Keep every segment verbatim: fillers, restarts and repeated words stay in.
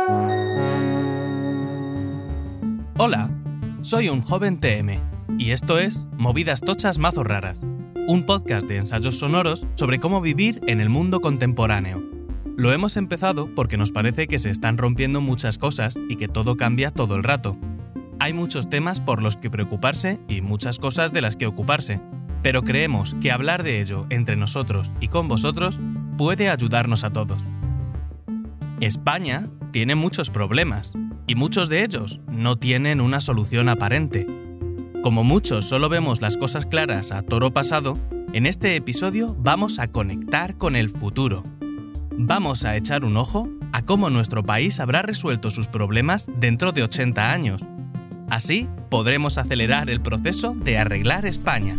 Hola, soy un joven T M y esto es Movidas Tochas Mazo Raras, un podcast de ensayos sonoros sobre cómo vivir en el mundo contemporáneo. Lo hemos empezado porque nos parece que se están rompiendo muchas cosas y que todo cambia todo el rato. Hay muchos temas por los que preocuparse y muchas cosas de las que ocuparse, pero creemos que hablar de ello entre nosotros y con vosotros puede ayudarnos a todos. España tiene muchos problemas y muchos de ellos no tienen una solución aparente. Como muchos solo vemos las cosas claras a toro pasado, en este episodio vamos a conectar con el futuro. Vamos a echar un ojo a cómo nuestro país habrá resuelto sus problemas dentro de ochenta años. Así podremos acelerar el proceso de arreglar España.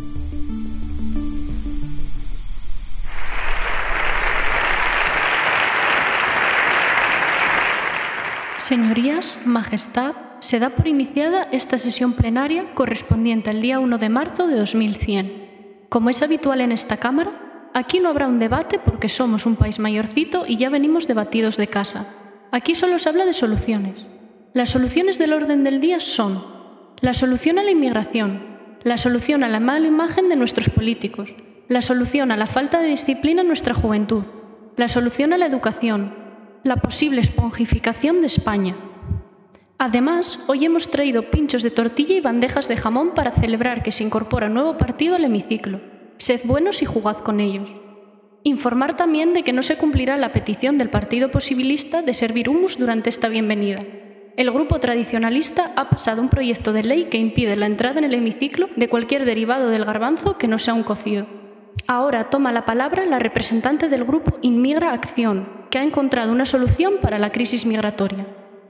Señorías, Majestad, se da por iniciada esta sesión plenaria correspondiente al día uno de marzo de dos mil cien. Como es habitual en esta Cámara, aquí no habrá un debate porque somos un país mayorcito y ya venimos debatidos de casa. Aquí solo se habla de soluciones. Las soluciones del orden del día son la solución a la inmigración, la solución a la mala imagen de nuestros políticos, la solución a la falta de disciplina en nuestra juventud, la solución a la educación, la posible esponjificación de España. Además, hoy hemos traído pinchos de tortilla y bandejas de jamón para celebrar que se incorpora un nuevo partido al hemiciclo. Sed buenos y jugad con ellos. Informar también de que no se cumplirá la petición del Partido Posibilista de servir humus durante esta bienvenida. El grupo tradicionalista ha pasado un proyecto de ley que impide la entrada en el hemiciclo de cualquier derivado del garbanzo que no sea un cocido. Ahora toma la palabra la representante del grupo Inmigra Acción, que ha encontrado una solución para la crisis migratoria.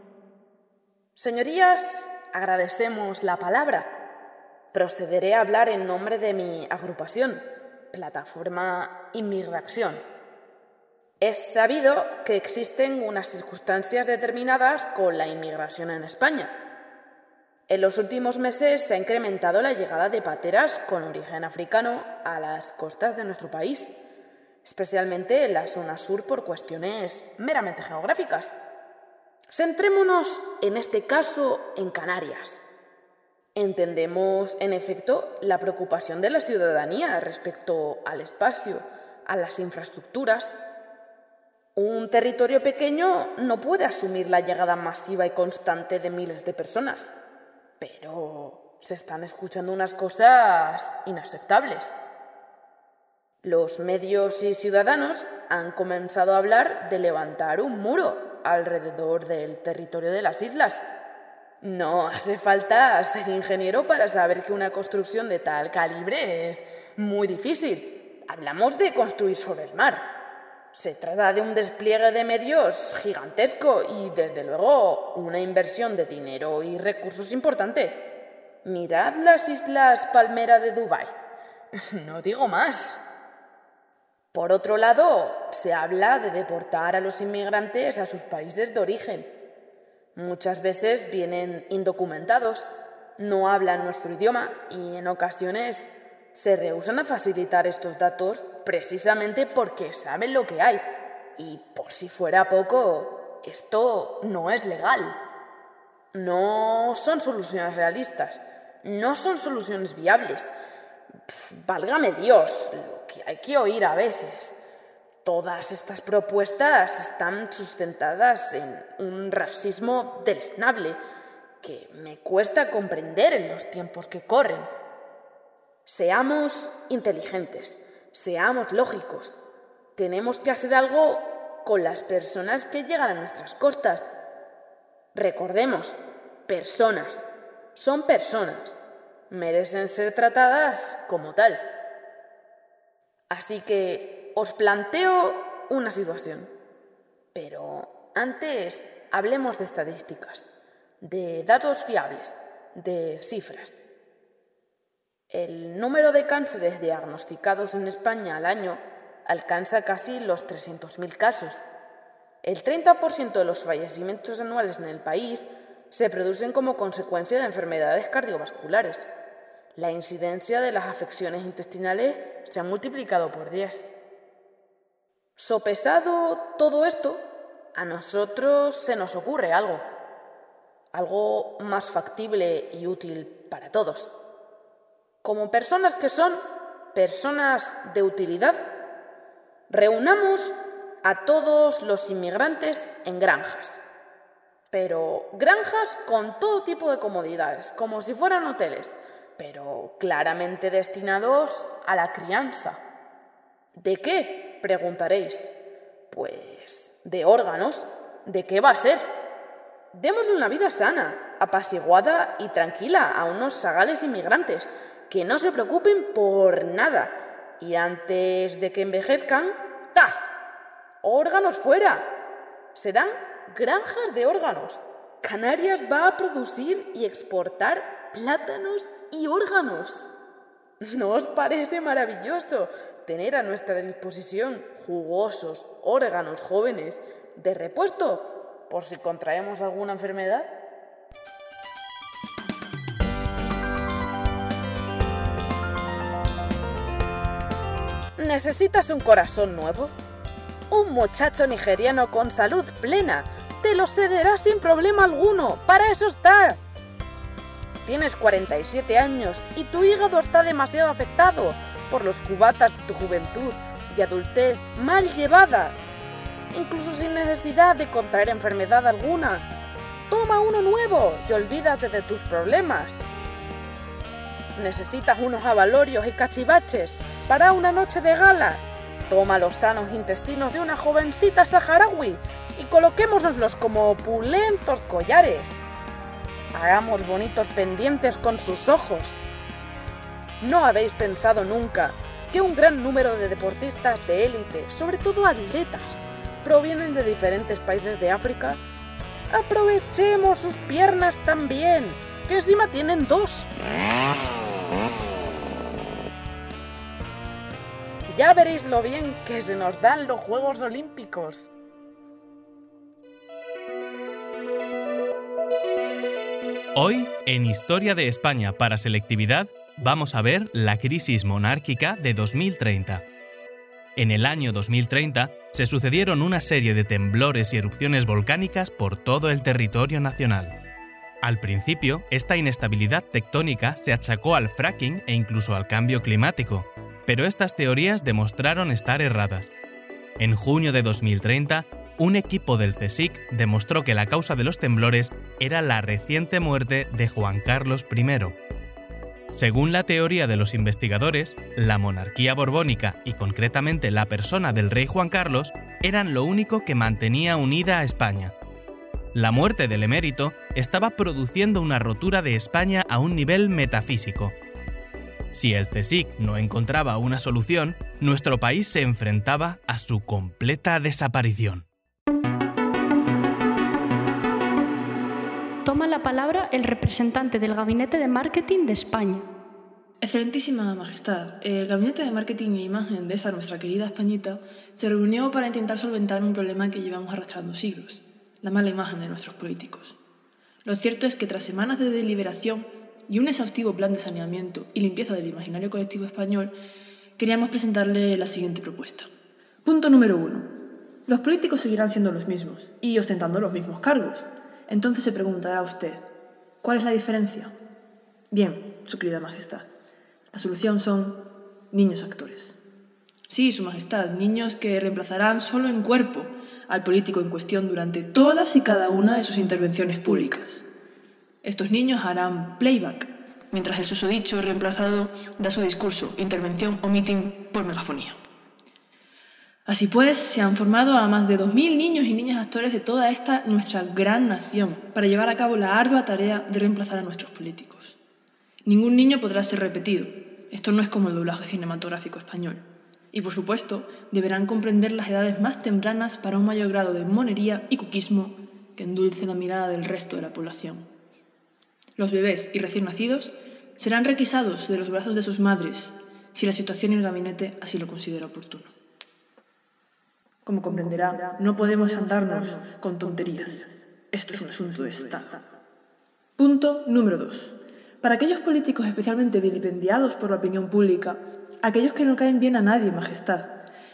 Señorías, agradecemos la palabra. Procederé a hablar en nombre de mi agrupación, Plataforma Inmigración. Es sabido que existen unas circunstancias determinadas con la inmigración en España. En los últimos meses se ha incrementado la llegada de pateras con origen africano a las costas de nuestro país, especialmente en la zona sur por cuestiones meramente geográficas. Centrémonos en este caso en Canarias. Entendemos, en efecto, la preocupación de la ciudadanía respecto al espacio, a las infraestructuras. Un territorio pequeño no puede asumir la llegada masiva y constante de miles de personas, pero se están escuchando unas cosas inaceptables. Los medios y ciudadanos han comenzado a hablar de levantar un muro alrededor del territorio de las islas. No hace falta ser ingeniero para saber que una construcción de tal calibre es muy difícil. Hablamos de construir sobre el mar. Se trata de un despliegue de medios gigantesco y, desde luego, una inversión de dinero y recursos importante. Mirad las Islas Palmera de Dubái. No digo más. Por otro lado, se habla de deportar a los inmigrantes a sus países de origen. Muchas veces vienen indocumentados, no hablan nuestro idioma y en ocasiones se rehúsan a facilitar estos datos precisamente porque saben lo que hay. Y por si fuera poco, esto no es legal. No son soluciones realistas, no son soluciones viables. Pff, válgame Dios, lo que hay que oír a veces. Todas estas propuestas están sustentadas en un racismo deleznable que me cuesta comprender en los tiempos que corren. Seamos inteligentes, seamos lógicos. Tenemos que hacer algo con las personas que llegan a nuestras costas. Recordemos, personas, son personas. Merecen ser tratadas como tal. Así que os planteo una situación. Pero antes hablemos de estadísticas, de datos fiables, de cifras. El número de cánceres diagnosticados en España al año alcanza casi los trescientos mil casos. El treinta por ciento de los fallecimientos anuales en el país se producen como consecuencia de enfermedades cardiovasculares. La incidencia de las afecciones intestinales se ha multiplicado por diez. Sopesado todo esto, a nosotros se nos ocurre algo. Algo más factible y útil para todos. Como personas que son personas de utilidad, reunamos a todos los inmigrantes en granjas. Pero granjas con todo tipo de comodidades, como si fueran hoteles, pero claramente destinados a la crianza. ¿De qué?, preguntaréis. Pues de órganos. ¿De qué va a ser? Démosle una vida sana, apaciguada y tranquila a unos zagales inmigrantes, que no se preocupen por nada. Y antes de que envejezcan, ¡tas!, órganos fuera. Serán granjas de órganos. Canarias va a producir y exportar plátanos y órganos. ¿No os parece maravilloso tener a nuestra disposición jugosos órganos jóvenes de repuesto por si contraemos alguna enfermedad? ¿Necesitas un corazón nuevo? Un muchacho nigeriano con salud plena te lo cederá sin problema alguno. ¡Para eso está! Tienes cuarenta y siete años y tu hígado está demasiado afectado por los cubatas de tu juventud y adultez mal llevada, incluso sin necesidad de contraer enfermedad alguna. Toma uno nuevo y olvídate de tus problemas. ¿Necesitas unos abalorios y cachivaches para una noche de gala? Toma los sanos intestinos de una jovencita saharaui y coloquémoslos como opulentos collares. Hagamos bonitos pendientes con sus ojos. ¿No habéis pensado nunca que un gran número de deportistas de élite, sobre todo atletas, provienen de diferentes países de África? Aprovechemos sus piernas también, que encima tienen dos. Ya veréis lo bien que se nos dan los Juegos Olímpicos. Hoy, en Historia de España para Selectividad, vamos a ver la crisis monárquica de dos mil treinta. En el año dos mil treinta se sucedieron una serie de temblores y erupciones volcánicas por todo el territorio nacional. Al principio, esta inestabilidad tectónica se achacó al fracking e incluso al cambio climático, pero estas teorías demostraron estar erradas. En junio de dos mil treinta, un equipo del CSIC demostró que la causa de los temblores era la reciente muerte de Juan Carlos primero. Según la teoría de los investigadores, la monarquía borbónica y concretamente la persona del rey Juan Carlos eran lo único que mantenía unida a España. La muerte del emérito estaba produciendo una rotura de España a un nivel metafísico. Si el CSIC no encontraba una solución, nuestro país se enfrentaba a su completa desaparición. Toma la palabra el representante del Gabinete de Marketing de España. Excelentísima Majestad, el Gabinete de Marketing e Imagen de esa nuestra querida Españita se reunió para intentar solventar un problema que llevamos arrastrando siglos, la mala imagen de nuestros políticos. Lo cierto es que tras semanas de deliberación y un exhaustivo plan de saneamiento y limpieza del imaginario colectivo español, queríamos presentarle la siguiente propuesta. Punto número uno. Los políticos seguirán siendo los mismos y ostentando los mismos cargos. Entonces se preguntará usted, ¿cuál es la diferencia? Bien, su querida Majestad, la solución son niños actores. Sí, su Majestad, niños que reemplazarán solo en cuerpo al político en cuestión durante todas y cada una de sus intervenciones públicas. Estos niños harán playback, mientras el susodicho reemplazado da su discurso, intervención o meeting por megafonía. Así pues, se han formado a más de dos mil niños y niñas actores de toda esta nuestra gran nación para llevar a cabo la ardua tarea de reemplazar a nuestros políticos. Ningún niño podrá ser repetido. Esto no es como el doblaje cinematográfico español. Y, por supuesto, deberán comprender las edades más tempranas para un mayor grado de monería y cuquismo que endulce la mirada del resto de la población. Los bebés y recién nacidos serán requisados de los brazos de sus madres si la situación y el gabinete así lo considera oportuno. Como comprenderá, no podemos andarnos con tonterías. Esto es un asunto de Estado. Punto número dos. Para aquellos políticos especialmente vilipendiados por la opinión pública, aquellos que no caen bien a nadie, Majestad,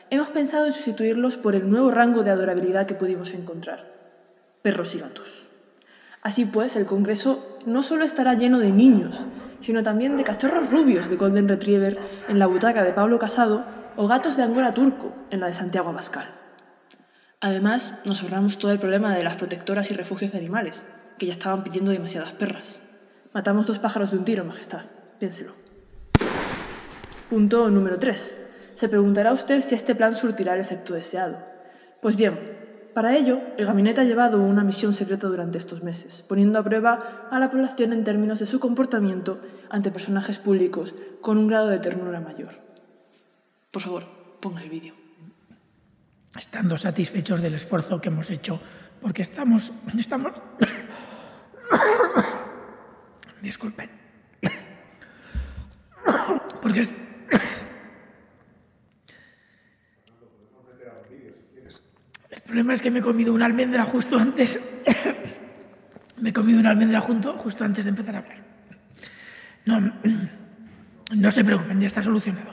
hemos pensado en sustituirlos por el nuevo rango de adorabilidad que pudimos encontrar: perros y gatos. Así pues, el Congreso no solo estará lleno de niños, sino también de cachorros rubios de Golden Retriever en la butaca de Pablo Casado o gatos de Angora turco en la de Santiago Abascal. Además, nos ahorramos todo el problema de las protectoras y refugios de animales, que ya estaban pidiendo demasiadas perras. Matamos dos pájaros de un tiro, Majestad. Piénselo. Punto número tres. Se preguntará usted si este plan surtirá el efecto deseado. Pues bien, para ello, el gabinete ha llevado una misión secreta durante estos meses, poniendo a prueba a la población en términos de su comportamiento ante personajes públicos con un grado de ternura mayor. Por favor, ponga el vídeo. Estando satisfechos del esfuerzo que hemos hecho, porque estamos... estamos... Disculpen. Porque... Es... El problema es que me he comido una almendra justo antes... me he comido una almendra junto, justo antes de empezar a hablar. No, no se preocupen, ya está solucionado.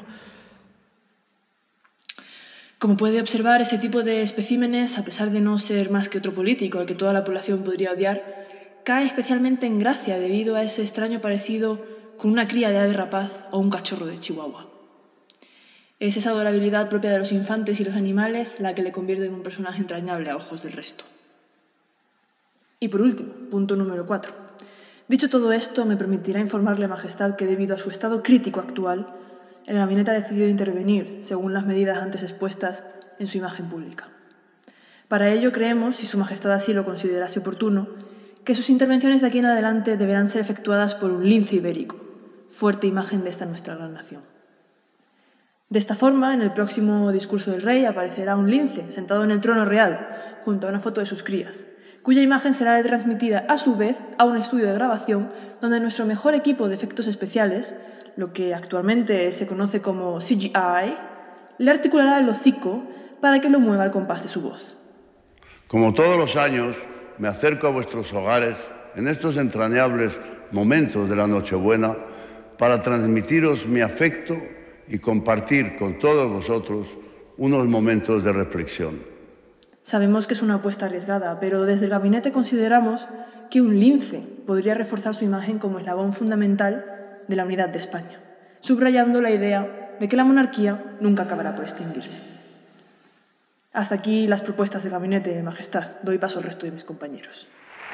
Como puede observar, este tipo de especímenes, a pesar de no ser más que otro político al que toda la población podría odiar, cae especialmente en gracia debido a ese extraño parecido con una cría de ave rapaz o un cachorro de Chihuahua. Es esa adorabilidad propia de los infantes y los animales la que le convierte en un personaje entrañable a ojos del resto. Y por último, punto número cuatro. Dicho todo esto, me permitirá informarle, Majestad, que debido a su estado crítico actual, el gabinete ha decidido intervenir, según las medidas antes expuestas, en su imagen pública. Para ello creemos, si Su Majestad así lo considerase oportuno, que sus intervenciones de aquí en adelante deberán ser efectuadas por un lince ibérico, fuerte imagen de esta nuestra gran nación. De esta forma, en el próximo discurso del rey aparecerá un lince sentado en el trono real, junto a una foto de sus crías, cuya imagen será retransmitida a su vez a un estudio de grabación donde nuestro mejor equipo de efectos especiales, lo que actualmente se conoce como C G I, le articulará el hocico para que lo mueva al compás de su voz. Como todos los años, me acerco a vuestros hogares en estos entrañables momentos de la Nochebuena para transmitiros mi afecto y compartir con todos vosotros unos momentos de reflexión. Sabemos que es una apuesta arriesgada, pero desde el gabinete consideramos que un lince podría reforzar su imagen como eslabón fundamental de la unidad de España, subrayando la idea de que la monarquía nunca acabará por extinguirse. Hasta aquí las propuestas del gabinete, Majestad. Doy paso al resto de mis compañeros.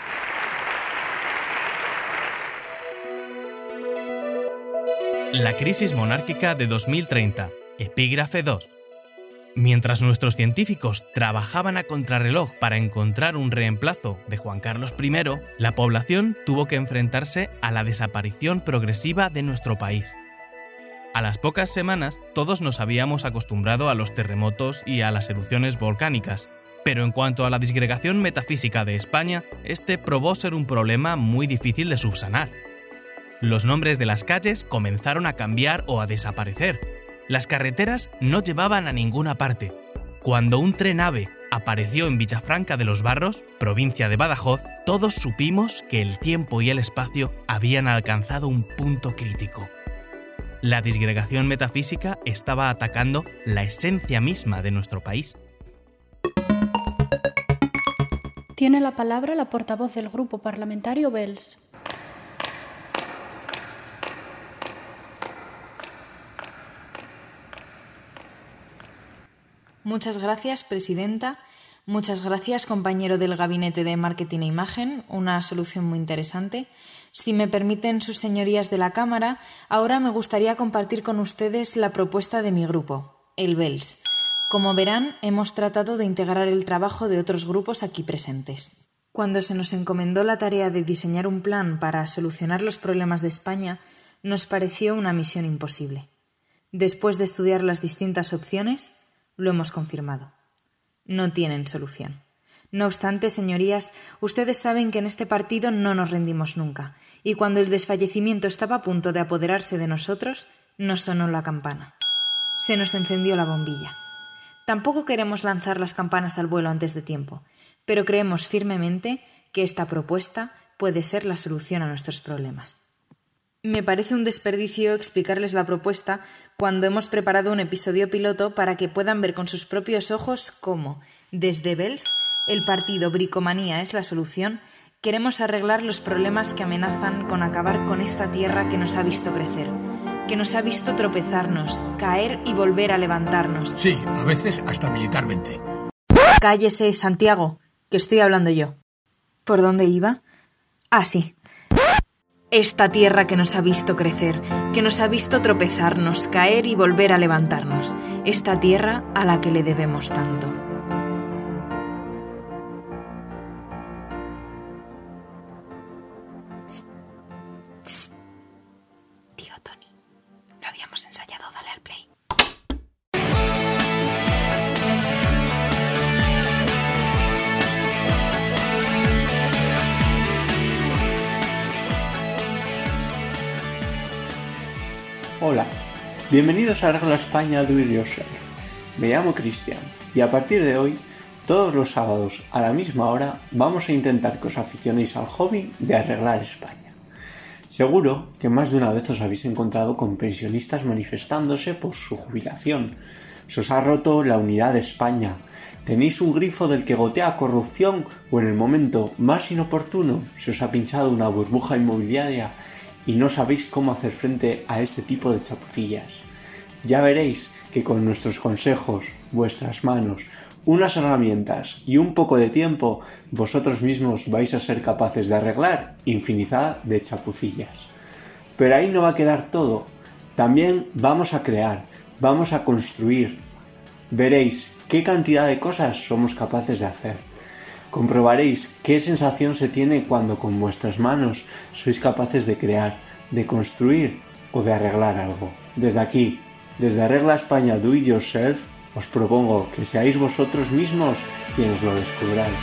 La crisis monárquica de dos mil treinta, epígrafe dos. Mientras nuestros científicos trabajaban a contrarreloj para encontrar un reemplazo de Juan Carlos primero, la población tuvo que enfrentarse a la desaparición progresiva de nuestro país. A las pocas semanas, todos nos habíamos acostumbrado a los terremotos y a las erupciones volcánicas, pero en cuanto a la disgregación metafísica de España, este probó ser un problema muy difícil de subsanar. Los nombres de las calles comenzaron a cambiar o a desaparecer. Las carreteras no llevaban a ninguna parte. Cuando un tren AVE apareció en Villafranca de los Barros, provincia de Badajoz, todos supimos que el tiempo y el espacio habían alcanzado un punto crítico. La disgregación metafísica estaba atacando la esencia misma de nuestro país. Tiene la palabra la portavoz del Grupo Parlamentario Bells. Muchas gracias, presidenta. Muchas gracias, compañero del Gabinete de Marketing e Imagen. Una solución muy interesante. Si me permiten sus señorías de la Cámara, ahora me gustaría compartir con ustedes la propuesta de mi grupo, el Bells. Como verán, hemos tratado de integrar el trabajo de otros grupos aquí presentes. Cuando se nos encomendó la tarea de diseñar un plan para solucionar los problemas de España, nos pareció una misión imposible. Después de estudiar las distintas opciones, lo hemos confirmado. No tienen solución. No obstante, señorías, ustedes saben que en este partido no nos rendimos nunca, y cuando el desfallecimiento estaba a punto de apoderarse de nosotros, nos sonó la campana. Se nos encendió la bombilla. Tampoco queremos lanzar las campanas al vuelo antes de tiempo, pero creemos firmemente que esta propuesta puede ser la solución a nuestros problemas. Me parece un desperdicio explicarles la propuesta cuando hemos preparado un episodio piloto para que puedan ver con sus propios ojos cómo, desde Bells, el partido Bricomanía es la solución, queremos arreglar los problemas que amenazan con acabar con esta tierra que nos ha visto crecer, que nos ha visto tropezarnos, caer y volver a levantarnos. Sí, a veces hasta militarmente. Cállese, Santiago, que estoy hablando yo. ¿Por dónde iba? Ah, sí. Esta tierra que nos ha visto crecer, que nos ha visto tropezarnos, caer y volver a levantarnos. Esta tierra a la que le debemos tanto. Psst, psst. Tío Tony, no habíamos ensayado, dale al play. Hola, bienvenidos a Arregla España Do It Yourself. Me llamo Cristian y a partir de hoy, todos los sábados a la misma hora, vamos a intentar que os aficionéis al hobby de arreglar España. Seguro que más de una vez os habéis encontrado con pensionistas manifestándose por su jubilación. Se os ha roto la unidad de España. Tenéis un grifo del que gotea corrupción o en el momento más inoportuno se os ha pinchado una burbuja inmobiliaria y no sabéis cómo hacer frente a ese tipo de chapucillas. Ya veréis que con nuestros consejos, vuestras manos, unas herramientas y un poco de tiempo, vosotros mismos vais a ser capaces de arreglar infinidad de chapucillas. Pero ahí no va a quedar todo. También vamos a crear, vamos a construir. Veréis qué cantidad de cosas somos capaces de hacer. Comprobaréis qué sensación se tiene cuando con vuestras manos sois capaces de crear, de construir o de arreglar algo. Desde aquí, desde Arregla España Do It Yourself, os propongo que seáis vosotros mismos quienes lo descubráis.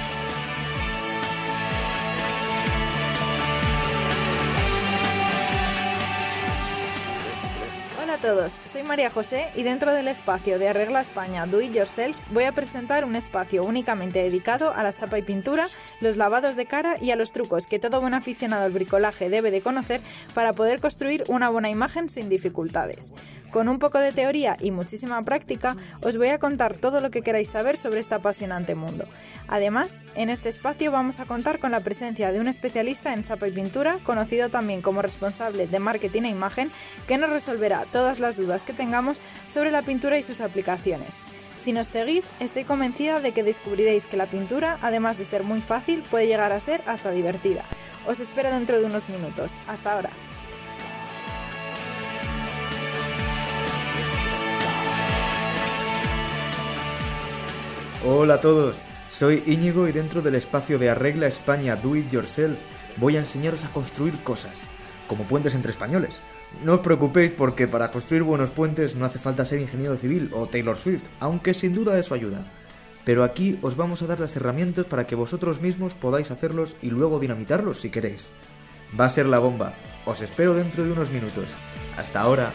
Hola a todos, soy María José y dentro del espacio de Arregla España Do It Yourself voy a presentar un espacio únicamente dedicado a la chapa y pintura, los lavados de cara y a los trucos que todo buen aficionado al bricolaje debe de conocer para poder construir una buena imagen sin dificultades. Con un poco de teoría y muchísima práctica os voy a contar todo lo que queráis saber sobre este apasionante mundo. Además, en este espacio vamos a contar con la presencia de un especialista en chapa y pintura, conocido también como responsable de marketing e imagen, que nos resolverá todas las dudas que tengamos sobre la pintura y sus aplicaciones. Si nos seguís, estoy convencida de que descubriréis que la pintura, además de ser muy fácil, puede llegar a ser hasta divertida. Os espero dentro de unos minutos. Hasta ahora. Hola a todos, soy Íñigo y dentro del espacio de Arregla España Do It Yourself voy a enseñaros a construir cosas, como puentes entre españoles. No os preocupéis porque para construir buenos puentes no hace falta ser ingeniero civil o Taylor Swift, aunque sin duda eso ayuda. Pero aquí os vamos a dar las herramientas para que vosotros mismos podáis hacerlos y luego dinamitarlos si queréis. Va a ser la bomba, os espero dentro de unos minutos. Hasta ahora.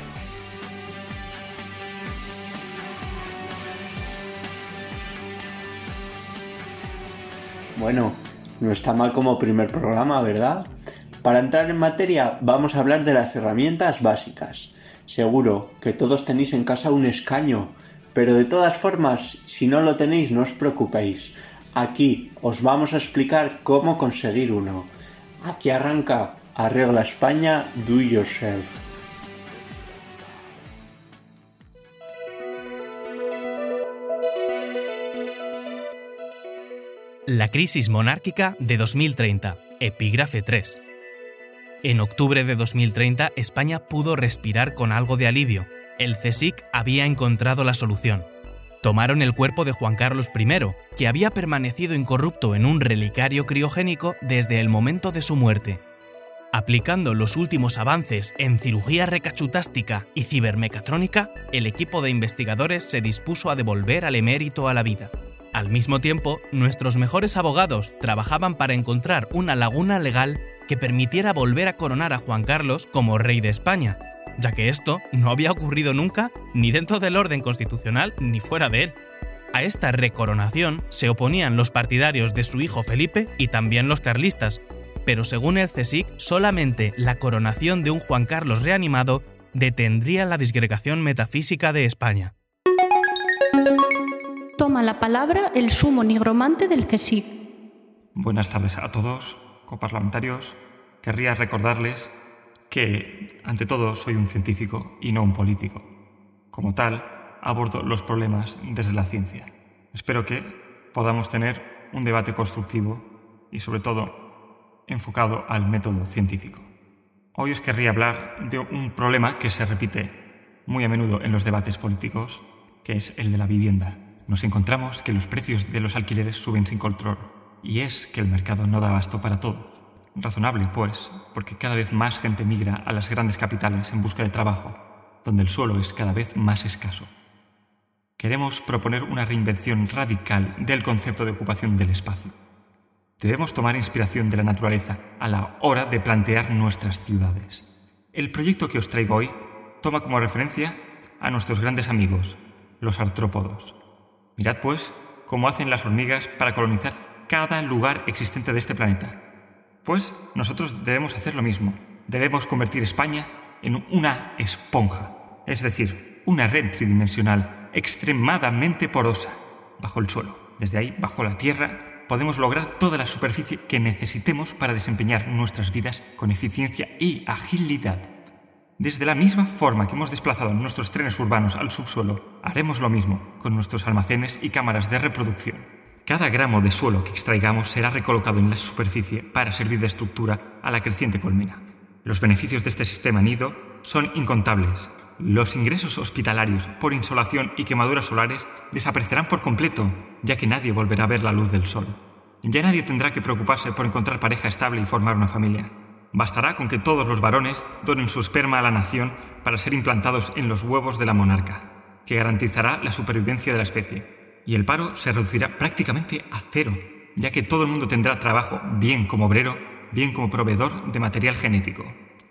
Bueno, no está mal como primer programa, ¿verdad? Para entrar en materia vamos a hablar de las herramientas básicas. Seguro que todos tenéis en casa un escaño, pero de todas formas, si no lo tenéis no os preocupéis. Aquí os vamos a explicar cómo conseguir uno. Aquí arranca Arregla España Do It Yourself. La crisis monárquica de dos mil treinta, epígrafe tres. En octubre de dos mil treinta, España pudo respirar con algo de alivio. El CSIC había encontrado la solución. Tomaron el cuerpo de Juan Carlos primero, que había permanecido incorrupto en un relicario criogénico desde el momento de su muerte. Aplicando los últimos avances en cirugía recachutástica y cibermecatrónica, el equipo de investigadores se dispuso a devolver al emérito a la vida. Al mismo tiempo, nuestros mejores abogados trabajaban para encontrar una laguna legal que permitiera volver a coronar a Juan Carlos como rey de España, ya que esto no había ocurrido nunca ni dentro del orden constitucional ni fuera de él. A esta recoronación se oponían los partidarios de su hijo Felipe y también los carlistas, pero según el CSIC, solamente la coronación de un Juan Carlos reanimado detendría la disgregación metafísica de España. Toma la palabra el sumo nigromante del CSIC. Buenas tardes a todos, coparlamentarios. Querría recordarles que, ante todo, soy un científico y no un político. Como tal, abordo los problemas desde la ciencia. Espero que podamos tener un debate constructivo y, sobre todo, enfocado al método científico. Hoy os querría hablar de un problema que se repite muy a menudo en los debates políticos, que es el de la vivienda. Nos encontramos que los precios de los alquileres suben sin control, y es que el mercado no da abasto para todos. Razonable, pues, porque cada vez más gente migra a las grandes capitales en busca de trabajo, donde el suelo es cada vez más escaso. Queremos proponer una reinvención radical del concepto de ocupación del espacio. Debemos tomar inspiración de la naturaleza a la hora de plantear nuestras ciudades. El proyecto que os traigo hoy toma como referencia a nuestros grandes amigos, los artrópodos. Mirad, pues, cómo hacen las hormigas para colonizar cada lugar existente de este planeta. Pues nosotros debemos hacer lo mismo. Debemos convertir España en una esponja, es decir, una red tridimensional extremadamente porosa bajo el suelo. Desde ahí, bajo la tierra, podemos lograr toda la superficie que necesitemos para desempeñar nuestras vidas con eficiencia y agilidad. Desde la misma forma que hemos desplazado nuestros trenes urbanos al subsuelo, haremos lo mismo con nuestros almacenes y cámaras de reproducción. Cada gramo de suelo que extraigamos será recolocado en la superficie para servir de estructura a la creciente colmena. Los beneficios de este sistema nido son incontables. Los ingresos hospitalarios por insolación y quemaduras solares desaparecerán por completo, ya que nadie volverá a ver la luz del sol. Ya nadie tendrá que preocuparse por encontrar pareja estable y formar una familia. Bastará con que todos los varones donen su esperma a la nación para ser implantados en los huevos de la monarca, que garantizará la supervivencia de la especie. Y el paro se reducirá prácticamente a cero, ya que todo el mundo tendrá trabajo, bien como obrero, bien como proveedor de material genético.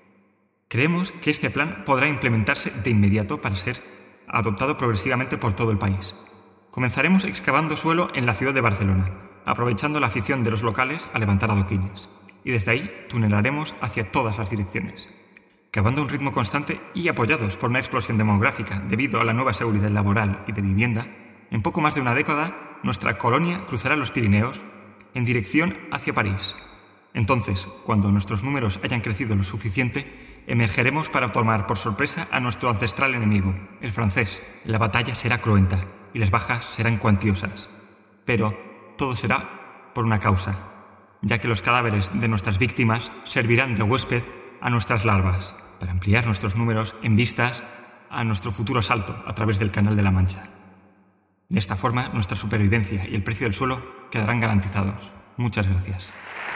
Creemos que este plan podrá implementarse de inmediato para ser adoptado progresivamente por todo el país. Comenzaremos excavando suelo en la ciudad de Barcelona, aprovechando la afición de los locales a levantar adoquines, y desde ahí tunelaremos hacia todas las direcciones. Cavando a un ritmo constante y apoyados por una explosión demográfica debido a la nueva seguridad laboral y de vivienda, en poco más de una década, nuestra colonia cruzará los Pirineos en dirección hacia París. Entonces, cuando nuestros números hayan crecido lo suficiente, emergeremos para tomar por sorpresa a nuestro ancestral enemigo, el francés. La batalla será cruenta y las bajas serán cuantiosas. Pero todo será por una causa, ya que los cadáveres de nuestras víctimas servirán de huésped a nuestras larvas, para ampliar nuestros números en vistas a nuestro futuro salto a través del Canal de la Mancha. De esta forma, nuestra supervivencia y el precio del suelo quedarán garantizados. Muchas gracias.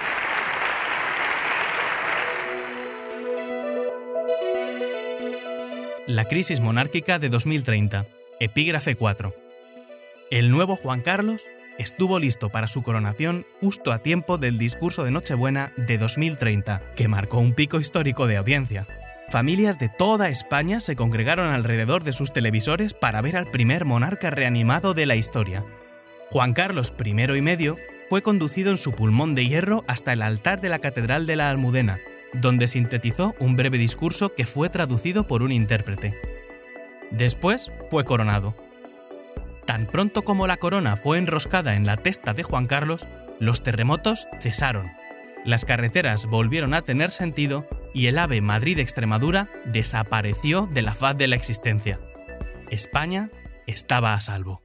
La crisis monárquica de dos mil treinta. Epígrafe cuatro. El nuevo Juan Carlos estuvo listo para su coronación justo a tiempo del discurso de Nochebuena de dos mil treinta, que marcó un pico histórico de audiencia. Familias de toda España se congregaron alrededor de sus televisores para ver al primer monarca reanimado de la historia. Juan Carlos primero y medio fue conducido en su pulmón de hierro hasta el altar de la Catedral de la Almudena, donde sintetizó un breve discurso que fue traducido por un intérprete. Después fue coronado. Tan pronto como la corona fue enroscada en la testa de Juan Carlos, los terremotos cesaron. Las carreteras volvieron a tener sentido y el ave Madrid-Extremadura desapareció de la faz de la existencia. España estaba a salvo.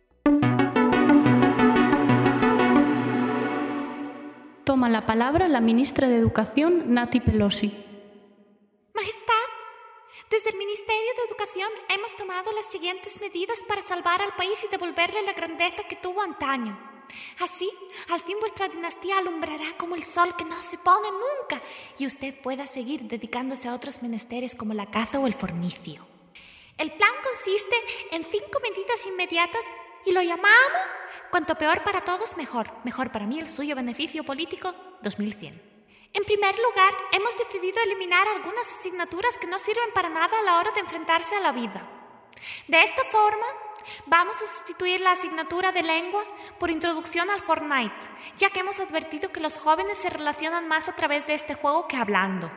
Toma la palabra la ministra de Educación, Nancy Pelosi. Majestad, desde el Ministerio de Educación hemos tomado las siguientes medidas para salvar al país y devolverle la grandeza que tuvo antaño. Así, al fin vuestra dinastía alumbrará como el sol que no se pone nunca y usted pueda seguir dedicándose a otros menesteres como la caza o el fornicio. El plan consiste en cinco medidas inmediatas y lo llamamos cuanto peor para todos mejor. Mejor para mí el suyo beneficio político dos mil cien. En primer lugar, hemos decidido eliminar algunas asignaturas que no sirven para nada a la hora de enfrentarse a la vida. De esta forma, vamos a sustituir la asignatura de lengua por introducción al Fortnite, ya que hemos advertido que los jóvenes se relacionan más a través de este juego que hablando.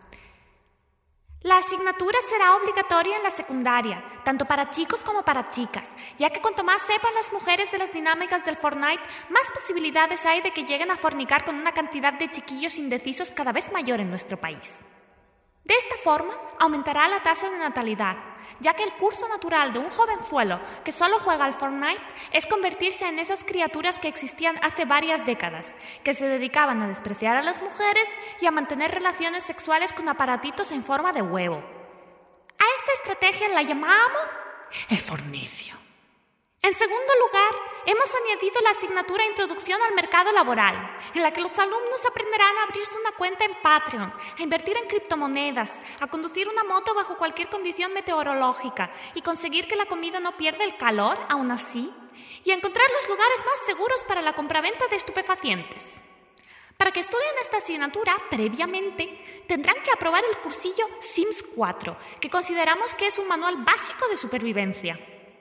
La asignatura será obligatoria en la secundaria, tanto para chicos como para chicas, ya que cuanto más sepan las mujeres de las dinámicas del Fortnite, más posibilidades hay de que lleguen a fornicar con una cantidad de chiquillos indecisos cada vez mayor en nuestro país. De esta forma, aumentará la tasa de natalidad, ya que el curso natural de un jovenzuelo que solo juega al Fortnite es convertirse en esas criaturas que existían hace varias décadas, que se dedicaban a despreciar a las mujeres y a mantener relaciones sexuales con aparatitos en forma de huevo. A esta estrategia la llamamos el fornicio. En segundo lugar, hemos añadido la asignatura Introducción al Mercado Laboral, en la que los alumnos aprenderán a abrirse una cuenta en Patreon, a invertir en criptomonedas, a conducir una moto bajo cualquier condición meteorológica y conseguir que la comida no pierda el calor, aún así, y a encontrar los lugares más seguros para la compraventa de estupefacientes. Para que estudien esta asignatura, previamente, tendrán que aprobar el cursillo Sims cuatro, que consideramos que es un manual básico de supervivencia.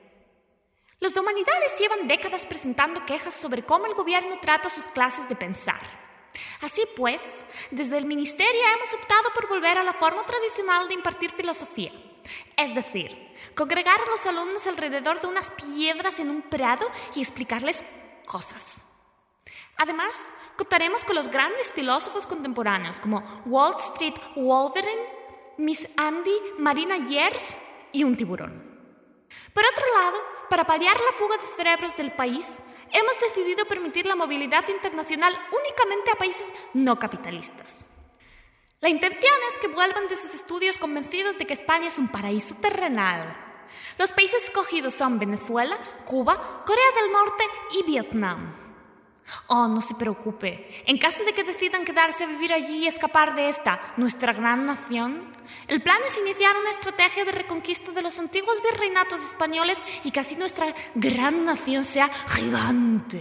Los de humanidades llevan décadas presentando quejas sobre cómo el gobierno trata sus clases de pensar. Así pues, desde el Ministerio hemos optado por volver a la forma tradicional de impartir filosofía, es decir, congregar a los alumnos alrededor de unas piedras en un prado y explicarles cosas. Además, contaremos con los grandes filósofos contemporáneos como Wall Street Wolverine, Miss Andy, Marina Yers y un tiburón. Por otro lado, para paliar la fuga de cerebros del país, hemos decidido permitir la movilidad internacional únicamente a países no capitalistas. La intención es que vuelvan de sus estudios convencidos de que España es un paraíso terrenal. Los países escogidos son Venezuela, Cuba, Corea del Norte y Vietnam. Oh, no se preocupe. En caso de que decidan quedarse a vivir allí y escapar de esta, nuestra gran nación, el plan es iniciar una estrategia de reconquista de los antiguos virreinatos españoles y que así nuestra gran nación sea gigante.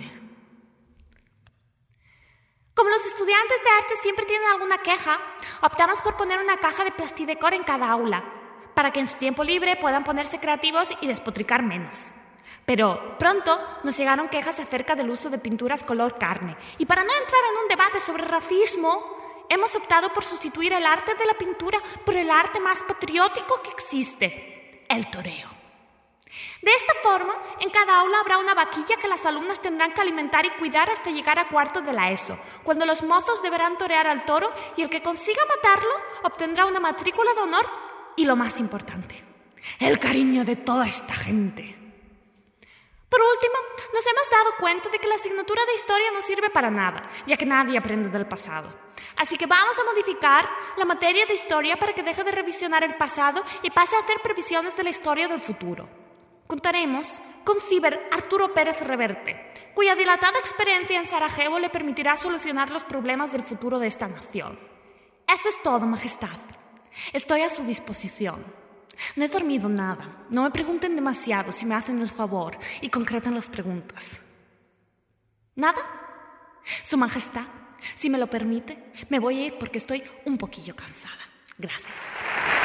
Como los estudiantes de arte siempre tienen alguna queja, optamos por poner una caja de plastidecor en cada aula, para que en su tiempo libre puedan ponerse creativos y despotricar menos. Pero pronto nos llegaron quejas acerca del uso de pinturas color carne, y para no entrar en un debate sobre racismo, hemos optado por sustituir el arte de la pintura por el arte más patriótico que existe, el toreo. De esta forma, en cada aula habrá una vaquilla que las alumnas tendrán que alimentar y cuidar hasta llegar a cuarto de la ESO, cuando los mozos deberán torear al toro y el que consiga matarlo obtendrá una matrícula de honor y, lo más importante, el cariño de toda esta gente. Por último, nos hemos dado cuenta de que la asignatura de historia no sirve para nada, ya que nadie aprende del pasado. Así que vamos a modificar la materia de historia para que deje de revisionar el pasado y pase a hacer previsiones de la historia del futuro. Contaremos con Ciber Arturo Pérez Reverte, cuya dilatada experiencia en Sarajevo le permitirá solucionar los problemas del futuro de esta nación. Eso es todo, Majestad. Estoy a su disposición. No he dormido nada. No me pregunten demasiado si me hacen el favor y concretan las preguntas. ¿Nada? Su Majestad, si me lo permite, me voy a ir porque estoy un poquillo cansada. Gracias.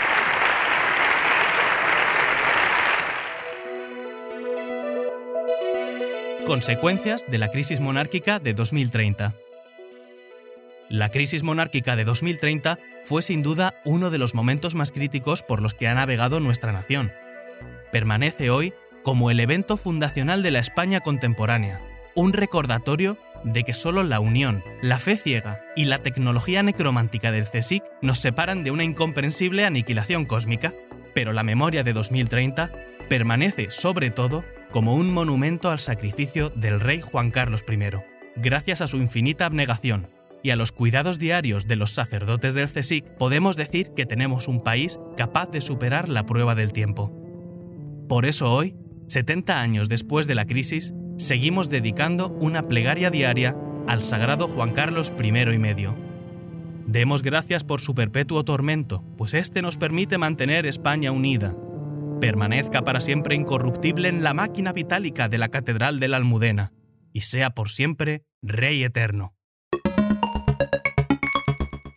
Consecuencias de la crisis monárquica de dos mil treinta. La crisis monárquica de dos mil treinta fue sin duda uno de los momentos más críticos por los que ha navegado nuestra nación. Permanece hoy como el evento fundacional de la España contemporánea, un recordatorio de que solo la unión, la fe ciega y la tecnología necromántica del CSIC nos separan de una incomprensible aniquilación cósmica, pero la memoria de dos mil treinta permanece sobre todo como un monumento al sacrificio del rey Juan Carlos primero, gracias a su infinita abnegación y a los cuidados diarios de los sacerdotes del CSIC, podemos decir que tenemos un país capaz de superar la prueba del tiempo. Por eso hoy, setenta años después de la crisis, seguimos dedicando una plegaria diaria al sagrado Juan Carlos primero y medio. Demos gracias por su perpetuo tormento, pues este nos permite mantener España unida. Permanezca para siempre incorruptible en la máquina vitálica de la Catedral de la Almudena, y sea por siempre Rey eterno.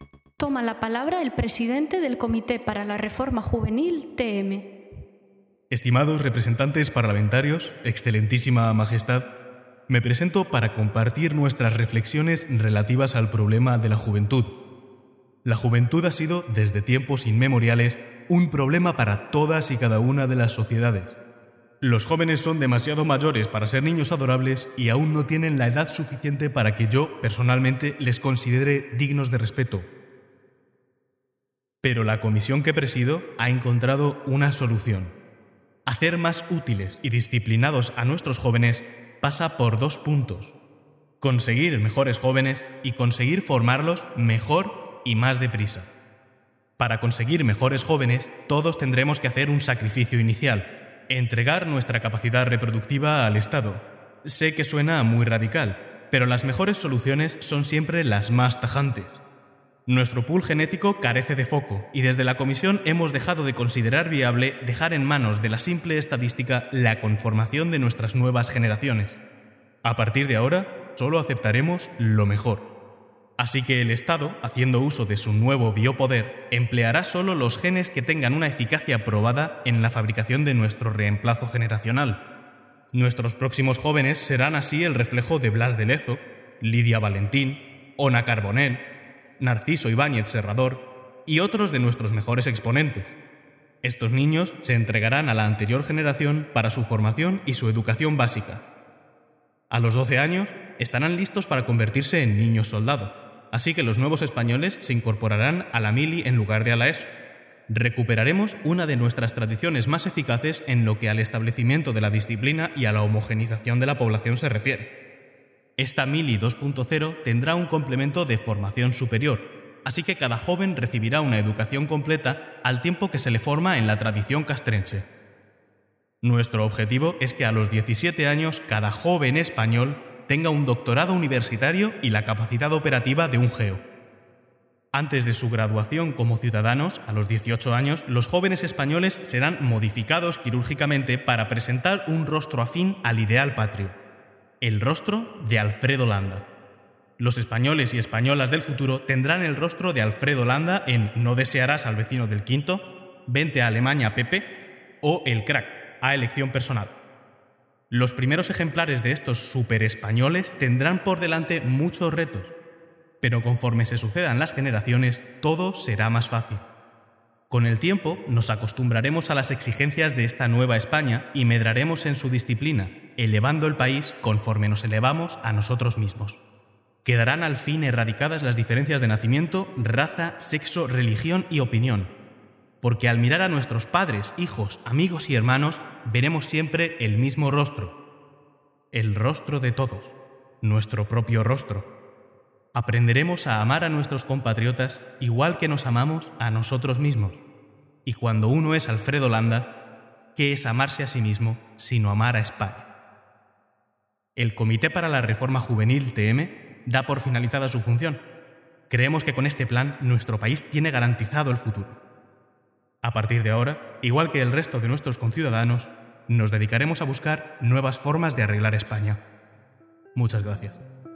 Toma la palabra el presidente del Comité para la Reforma Juvenil, T M. Estimados representantes parlamentarios, excelentísima majestad, me presento para compartir nuestras reflexiones relativas al problema de la juventud. La juventud ha sido, desde tiempos inmemoriales, un problema para todas y cada una de las sociedades. Los jóvenes son demasiado mayores para ser niños adorables y aún no tienen la edad suficiente para que yo, personalmente, les considere dignos de respeto. Pero la comisión que presido ha encontrado una solución. Hacer más útiles y disciplinados a nuestros jóvenes pasa por dos puntos: conseguir mejores jóvenes y conseguir formarlos mejor y más deprisa. Para conseguir mejores jóvenes, todos tendremos que hacer un sacrificio inicial: entregar nuestra capacidad reproductiva al Estado. Sé que suena muy radical, pero las mejores soluciones son siempre las más tajantes. Nuestro pool genético carece de foco y desde la Comisión hemos dejado de considerar viable dejar en manos de la simple estadística la conformación de nuestras nuevas generaciones. A partir de ahora, solo aceptaremos lo mejor. Así que el Estado, haciendo uso de su nuevo biopoder, empleará solo los genes que tengan una eficacia probada en la fabricación de nuestro reemplazo generacional. Nuestros próximos jóvenes serán así el reflejo de Blas de Lezo, Lidia Valentín, Ona Carbonell, Narciso Ibáñez Serrador y otros de nuestros mejores exponentes. Estos niños se entregarán a la anterior generación para su formación y su educación básica. A los doce años estarán listos para convertirse en niños soldado, así que los nuevos españoles se incorporarán a la mili en lugar de a la ESO. Recuperaremos una de nuestras tradiciones más eficaces en lo que al establecimiento de la disciplina y a la homogenización de la población se refiere. Esta Mili dos punto cero tendrá un complemento de formación superior, así que cada joven recibirá una educación completa al tiempo que se le forma en la tradición castrense. Nuestro objetivo es que a los diecisiete años cada joven español tenga un doctorado universitario y la capacidad operativa de un geo. Antes de su graduación como ciudadanos, a los dieciocho años, los jóvenes españoles serán modificados quirúrgicamente para presentar un rostro afín al ideal patrio. El rostro de Alfredo Landa. Los españoles y españolas del futuro tendrán el rostro de Alfredo Landa en No desearás al vecino del quinto, Vente a Alemania, Pepe, o El crack, a elección personal. Los primeros ejemplares de estos superespañoles tendrán por delante muchos retos, pero conforme se sucedan las generaciones, todo será más fácil. Con el tiempo nos acostumbraremos a las exigencias de esta nueva España y medraremos en su disciplina, elevando el país conforme nos elevamos a nosotros mismos. Quedarán al fin erradicadas las diferencias de nacimiento, raza, sexo, religión y opinión, porque al mirar a nuestros padres, hijos, amigos y hermanos, veremos siempre el mismo rostro, el rostro de todos, nuestro propio rostro. Aprenderemos a amar a nuestros compatriotas igual que nos amamos a nosotros mismos. Y cuando uno es Alfredo Landa, ¿qué es amarse a sí mismo sino amar a España? El Comité para la Reforma Juvenil T M da por finalizada su función. Creemos que con este plan nuestro país tiene garantizado el futuro. A partir de ahora, igual que el resto de nuestros conciudadanos, nos dedicaremos a buscar nuevas formas de arreglar España. Muchas gracias.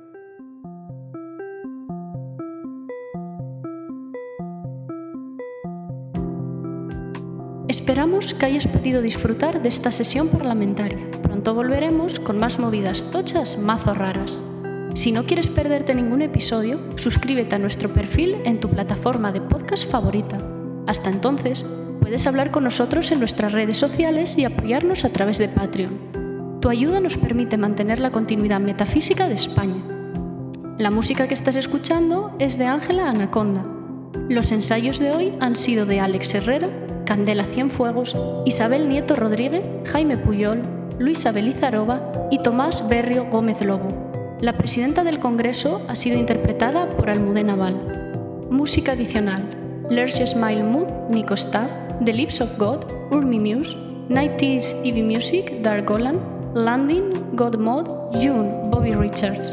Esperamos que hayas podido disfrutar de esta sesión parlamentaria. Pronto volveremos con más movidas tochas mazo raras. Si no quieres perderte ningún episodio, suscríbete a nuestro perfil en tu plataforma de podcast favorita. Hasta entonces, puedes hablar con nosotros en nuestras redes sociales y apoyarnos a través de Patreon. Tu ayuda nos permite mantener la continuidad metafísica de España. La música que estás escuchando es de Ángela Anaconda. Los ensayos de hoy han sido de Alex Herrera, Candela Cienfuegos, Isabel Nieto Rodríguez, Jaime Puyol, Luisa Belizaroba y Tomás Berrio Gómez Lobo. La presidenta del Congreso ha sido interpretada por Almudena Val. Música adicional: Lerche Smile Mood, Nico Staff, The Lips of God, Urmi Muse, nineties T V Music, Dark Golan, Landing, God Mod, June, Bobby Richards.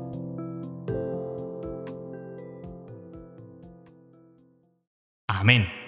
Amén.